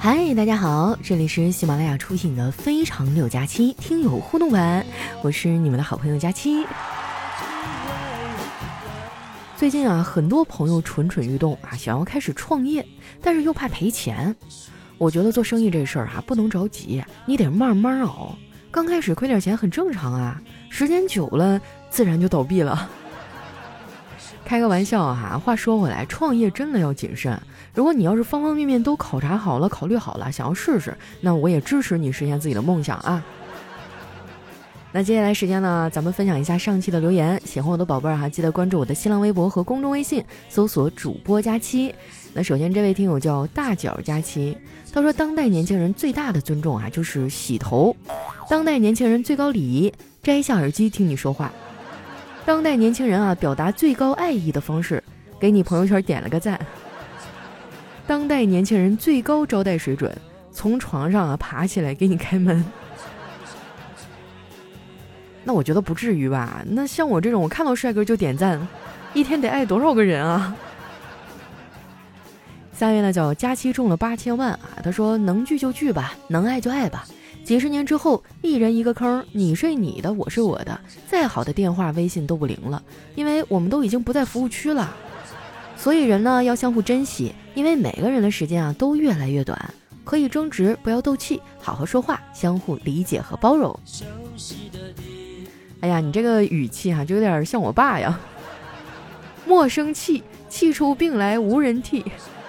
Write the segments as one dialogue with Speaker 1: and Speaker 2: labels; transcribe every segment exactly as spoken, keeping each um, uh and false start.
Speaker 1: 嗨，大家好，这里是喜马拉雅出品的非常六加七听友互动版，我是你们的好朋友佳期。最近啊，很多朋友蠢蠢欲动啊，想要开始创业，但是又怕赔钱。我觉得做生意这事儿啊，不能着急，你得慢慢熬。刚开始亏点钱很正常啊，时间久了自然就倒闭了。开个玩笑啊，话说回来，创业真的要谨慎。如果你要是方方面面都考察好了、考虑好了，想要试试，那我也支持你实现自己的梦想啊。那接下来时间呢，咱们分享一下上期的留言。喜欢我的宝贝儿哈，记得关注我的新浪微博和公众微信，搜索主播佳期。那首先这位听友叫大脚佳期，他说当代年轻人最大的尊重啊，就是洗头；当代年轻人最高礼仪，摘下耳机听你说话；当代年轻人啊，表达最高爱意的方式，给你朋友圈点了个赞；当代年轻人最高招待水准，从床上啊爬起来给你开门。那我觉得不至于吧，那像我这种我看到帅哥就点赞，一天得爱多少个人啊。下面呢叫佳期中了八千万啊，他说能聚就聚吧，能爱就爱吧，几十年之后一人一个坑，你睡你的，我睡我的，再好的电话微信都不灵了，因为我们都已经不在服务区了。所以人呢要相互珍惜，因为每个人的时间啊都越来越短，可以争执，不要斗气，好好说话，相互理解和包容。哎呀，你这个语气哈、啊，就有点像我爸呀。莫生气，气出病来无人替。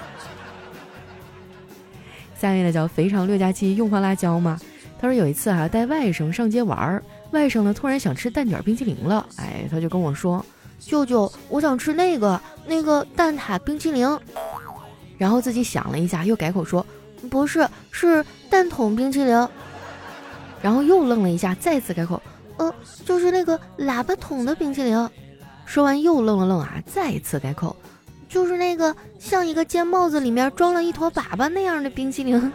Speaker 1: 下面呢叫肥肠六加七用放辣椒吗？他说有一次啊带外甥上街玩，外甥呢突然想吃蛋卷冰淇淋了，哎，他就跟我说，舅舅，我想吃那个那个蛋挞冰淇淋。然后自己想了一下，又改口说，不是，是蛋筒冰淇淋。然后又愣了一下，再次改口，呃，就是那个喇叭筒的冰淇淋。说完又愣了愣啊，再一次改口，就是那个像一个尖帽子里面装了一坨粑粑那样的冰淇淋。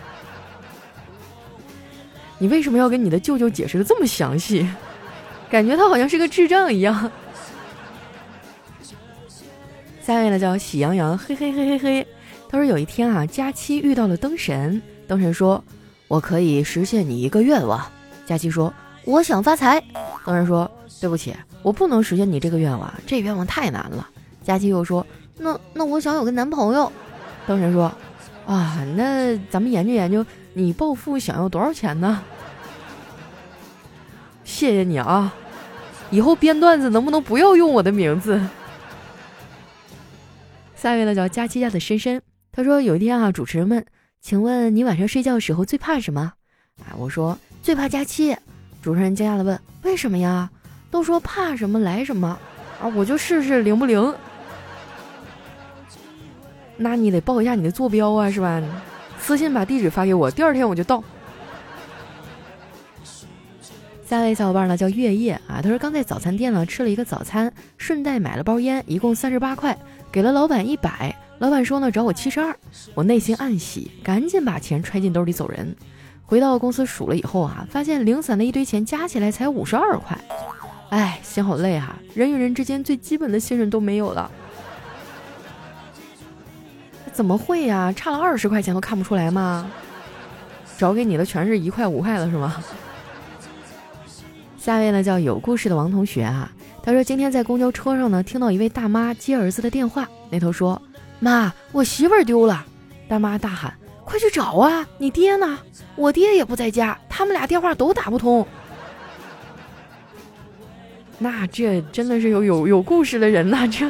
Speaker 1: 你为什么要跟你的舅舅解释的这么详细？感觉他好像是个智障一样。下面呢叫喜羊羊嘿嘿嘿嘿嘿，他说有一天啊，佳期遇到了灯神，灯神说，我可以实现你一个愿望。佳期说，我想发财。灯神说，对不起，我不能实现你这个愿望，这愿望太难了。佳期又说，那那我想有个男朋友。灯神说，啊，那咱们研究研究你暴富想要多少钱呢？谢谢你啊，以后编段子能不能不要用我的名字？下一位呢叫佳期家的深深，他说有一天啊，主持人问，请问你晚上睡觉时候最怕什么？啊，我说最怕佳期。主持人惊讶的问，为什么呀？都说怕什么来什么啊，我就试试灵不灵。那你得报一下你的坐标啊，是吧？私信把地址发给我，第二天我就到。下一位小伙伴呢叫月夜啊，他说刚在早餐店呢吃了一个早餐，顺带买了包烟，一共三十八块，给了老板一百，老板说呢找我七十二，我内心暗喜，赶紧把钱揣进兜里走人。回到公司数了以后啊，发现零散的一堆钱加起来才五十二块，哎，心好累啊，人与人之间最基本的信任都没有了。怎么会呀、啊？差了二十块钱都看不出来吗？找给你的全是一块五块的是吗？下一位呢叫有故事的王同学啊，他说今天在公交车上呢，听到一位大妈接儿子的电话，那头说，妈，我媳妇儿丢了。大妈大喊，快去找啊，你爹呢？我爹也不在家，他们俩电话都打不通。那这真的是有有有故事的人呐、啊、这。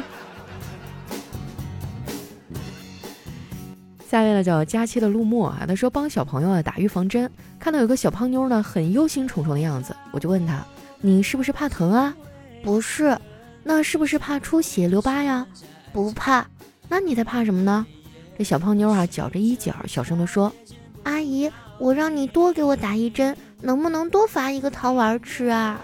Speaker 1: 下面呢叫佳期的陆墨啊，他说帮小朋友啊打预防针，看到有个小胖妞呢很忧心忡忡的样子，我就问他，你是不是怕疼啊？不是。那是不是怕出血留疤呀？不怕。那你在怕什么呢？这小胖妞啊绞着衣角小声地说，阿姨，我让你多给我打一针，能不能多发一个糖丸吃啊？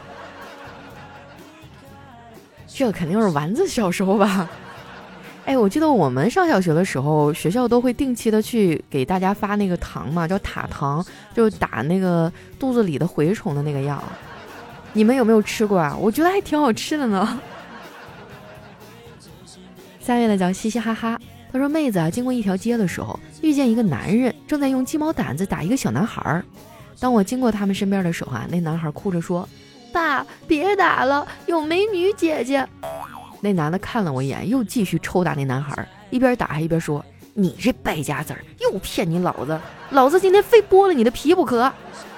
Speaker 1: 这肯定是丸子小时候吧。哎，我记得我们上小学的时候，学校都会定期的去给大家发那个糖嘛，叫塔糖，就打那个肚子里的蛔虫的那个药。你们有没有吃过啊？我觉得还挺好吃的呢。下面呢叫嘻嘻哈哈， 他说妹子啊，经过一条街的时候，遇见一个男人正在用鸡毛掸子打一个小男孩。当我经过他们身边的时候啊，那男孩哭着说：爸，别打了，有美女姐姐。那男的看了我一眼，又继续抽打那男孩，一边打还一边说：你这败家子儿，又骗你老子，老子今天非剥了你的皮不可。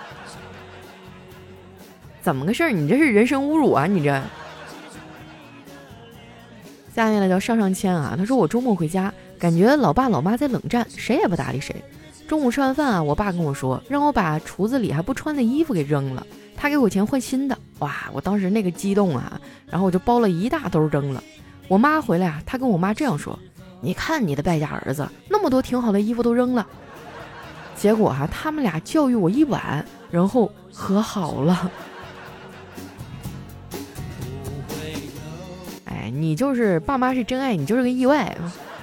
Speaker 1: 怎么个事儿？你这是人身侮辱啊！你这。下面呢叫上上签啊，他说我周末回家，感觉老爸老妈在冷战，谁也不搭理谁。中午吃完饭啊，我爸跟我说，让我把橱子里还不穿的衣服给扔了，他给我钱换新的。哇，我当时那个激动啊，然后我就包了一大兜扔了。我妈回来啊，他跟我妈这样说：你看你的败家儿子，那么多挺好的衣服都扔了。结果啊，他们俩教育我一晚，然后和好了。哎，你就是爸妈是真爱，你就是个意外。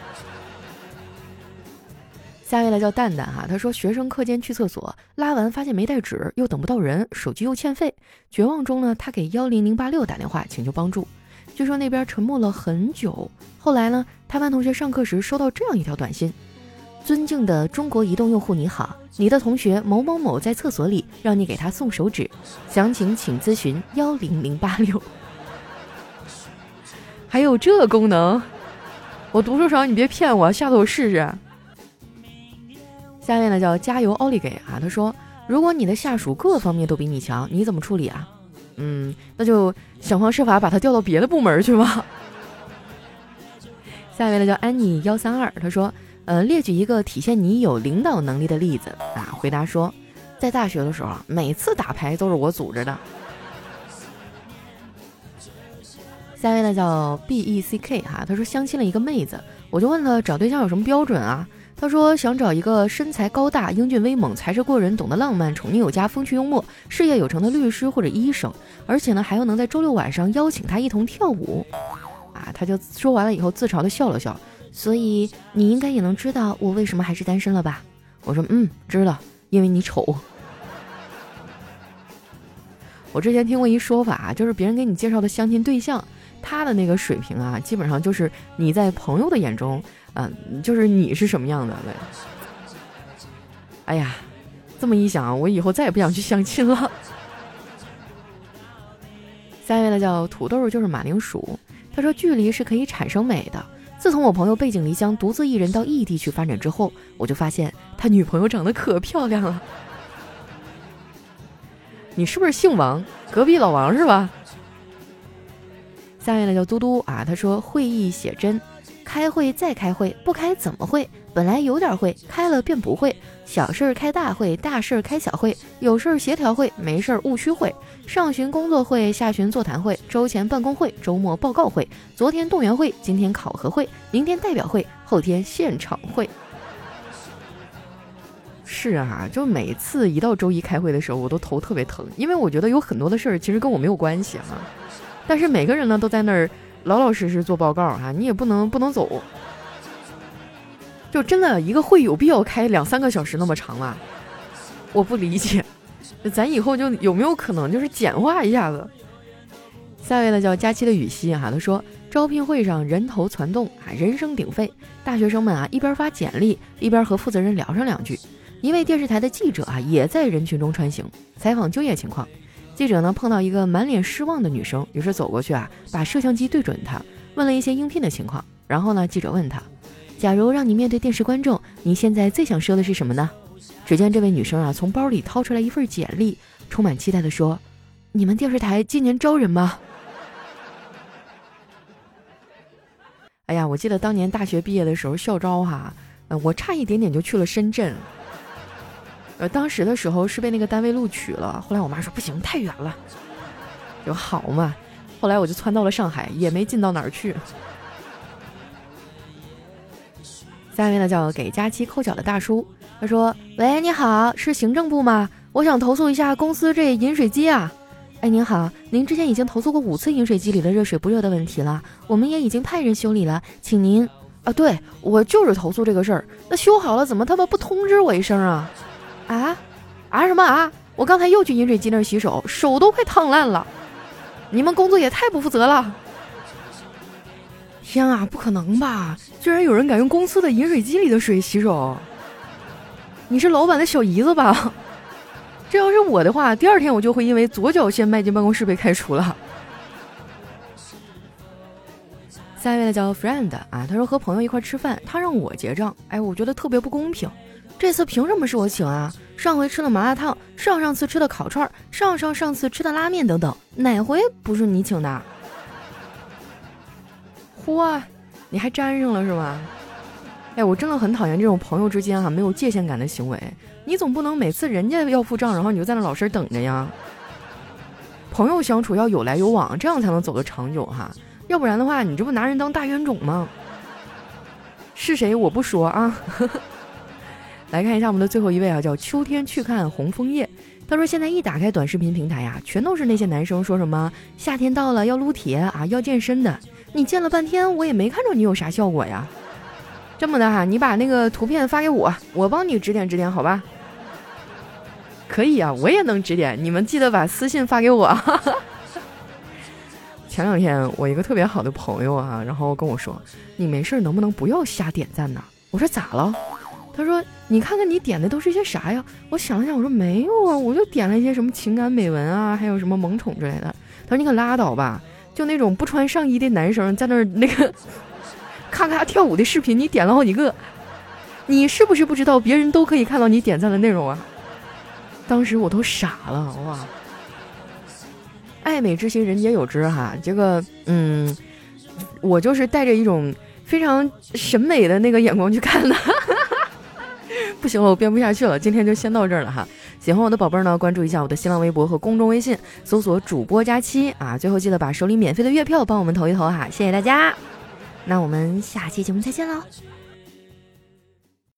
Speaker 1: 下一位来叫蛋蛋哈，他说学生课间去厕所，拉完发现没带纸，又等不到人，手机又欠费，绝望中呢，他给幺零零八六打电话请求帮助。据说那边沉默了很久，后来呢，他班同学上课时收到这样一条短信：尊敬的中国移动用户你好，你的同学某某某在厕所里，让你给他送手纸，详情请咨询幺零零八六。还有这功能？我读书少，你别骗我，下次我试试。下面呢叫加油奥利给啊，他说如果你的下属各方面都比你强，你怎么处理啊？嗯，那就想方设法把他调到别的部门去吧。下面呢叫安妮幺三二，他说呃，列举一个体现你有领导能力的例子啊。回答说，在大学的时候，每次打牌都是我组织的。下面呢叫 B E C K 哈，他说相亲了一个妹子，我就问他找对象有什么标准啊？他说想找一个身材高大、英俊威猛、才智过人、懂得浪漫、宠溺有加、风趣幽默、事业有成的律师或者医生，而且呢还要能在周六晚上邀请他一同跳舞。啊，他就说完了以后自嘲的笑了笑。所以你应该也能知道我为什么还是单身了吧？我说嗯，知道，因为你丑。我之前听过一说法，就是别人给你介绍的相亲对象，他的那个水平啊，基本上就是你在朋友的眼中，嗯、呃，就是你是什么样的。对，哎呀，这么一想，我以后再也不想去相亲了。下一位呢叫土豆就是马铃薯，他说距离是可以产生美的。自从我朋友背井离乡独自一人到异地去发展之后，我就发现他女朋友长得可漂亮了。你是不是姓王？隔壁老王是吧？下面呢叫嘟嘟啊，他说会议写真，开会再开会，不开怎么会？本来有点会，开了便不会。小事开大会，大事开小会，有事协调会，没事务虚会。上旬工作会，下旬座谈会，周前办公会，周末报告会，昨天动员会，今天考核会，明天代表会，后天现场会。是啊，就每次一到周一开会的时候，我都头特别疼，因为我觉得有很多的事儿其实跟我没有关系啊。但是每个人呢都在那儿老老实实做报告啊，你也不能不能走。就真的一个会有必要开两三个小时那么长吗？我不理解。咱以后就有没有可能就是简化一下子？下一位呢叫佳期的雨熙啊，他说招聘会上人头攒动啊，人声鼎沸，大学生们啊一边发简历一边和负责人聊上两句。一位电视台的记者啊也在人群中穿行，采访就业情况。记者呢碰到一个满脸失望的女生，于是走过去啊，把摄像机对准她，问了一些应聘的情况。然后呢，记者问她，假如让你面对电视观众，你现在最想说的是什么呢？只见这位女生啊从包里掏出来一份简历，充满期待地说，你们电视台今年招人吗？哎呀，我记得当年大学毕业的时候校招哈，呃，我差一点点就去了深圳。呃，当时的时候是被那个单位录取了，后来我妈说不行，太远了，就好嘛。后来我就窜到了上海，也没进到哪儿去。下面呢叫给佳期抠脚的大叔，他说：喂，你好，是行政部吗？我想投诉一下公司这饮水机啊。哎，您好，您之前已经投诉过五次饮水机里的热水不热的问题了，我们也已经派人修理了，请您啊，对我就是投诉这个事儿，那修好了怎么他妈不通知我一声啊？啊啊什么啊！我刚才又去饮水机那儿洗手，手都快烫烂了。你们工作也太不负责了。 天啊，不可能吧！居然有人敢用公司的饮水机里的水洗手？你是老板的小姨子吧？这要是我的话，第二天我就会因为左脚先迈进办公室被开除了。下一位呢叫 friend 啊，他说和朋友一块吃饭，他让我结账，哎，我觉得特别不公平。这次凭什么是我请啊？上回吃的麻辣烫，上上次吃的烤串，上上上次吃的拉面等等，哪回不是你请的？嚯，你还沾上了是吗？哎，我真的很讨厌这种朋友之间啊没有界限感的行为。你总不能每次人家要付账，然后你就在那老实等着呀。朋友相处要有来有往，这样才能走得长久哈。要不然的话，你这不拿人当大冤种吗？是谁我不说啊。来看一下我们的最后一位啊，叫秋天去看红枫叶。他说现在一打开短视频平台呀，全都是那些男生说什么夏天到了要撸铁啊，要健身的。你健了半天，我也没看着你有啥效果呀。这么的哈，你把那个图片发给我，我帮你指点指点，好吧？可以啊，我也能指点，你们记得把私信发给我。前两天我一个特别好的朋友啊，然后跟我说，你没事能不能不要瞎点赞呢？我说咋了？他说你看看你点的都是一些啥呀？我想了想，我说没有啊，我就点了一些什么情感美文啊，还有什么萌宠之类的。他说你可拉倒吧，就那种不穿上衣的男生在那儿那个咔咔跳舞的视频，你点了好几个，你是不是不知道别人都可以看到你点赞的内容啊？当时我都傻了，哇！爱美之心人皆有之哈，这个嗯，我就是带着一种非常审美的那个眼光去看的。不行了，我编不下去了，今天就先到这儿了哈。喜欢我的宝贝儿呢，关注一下我的新浪微博和公众微信，搜索主播佳期啊，最后记得把手里免费的月票帮我们投一投哈，谢谢大家。那我们下期节目再见喽。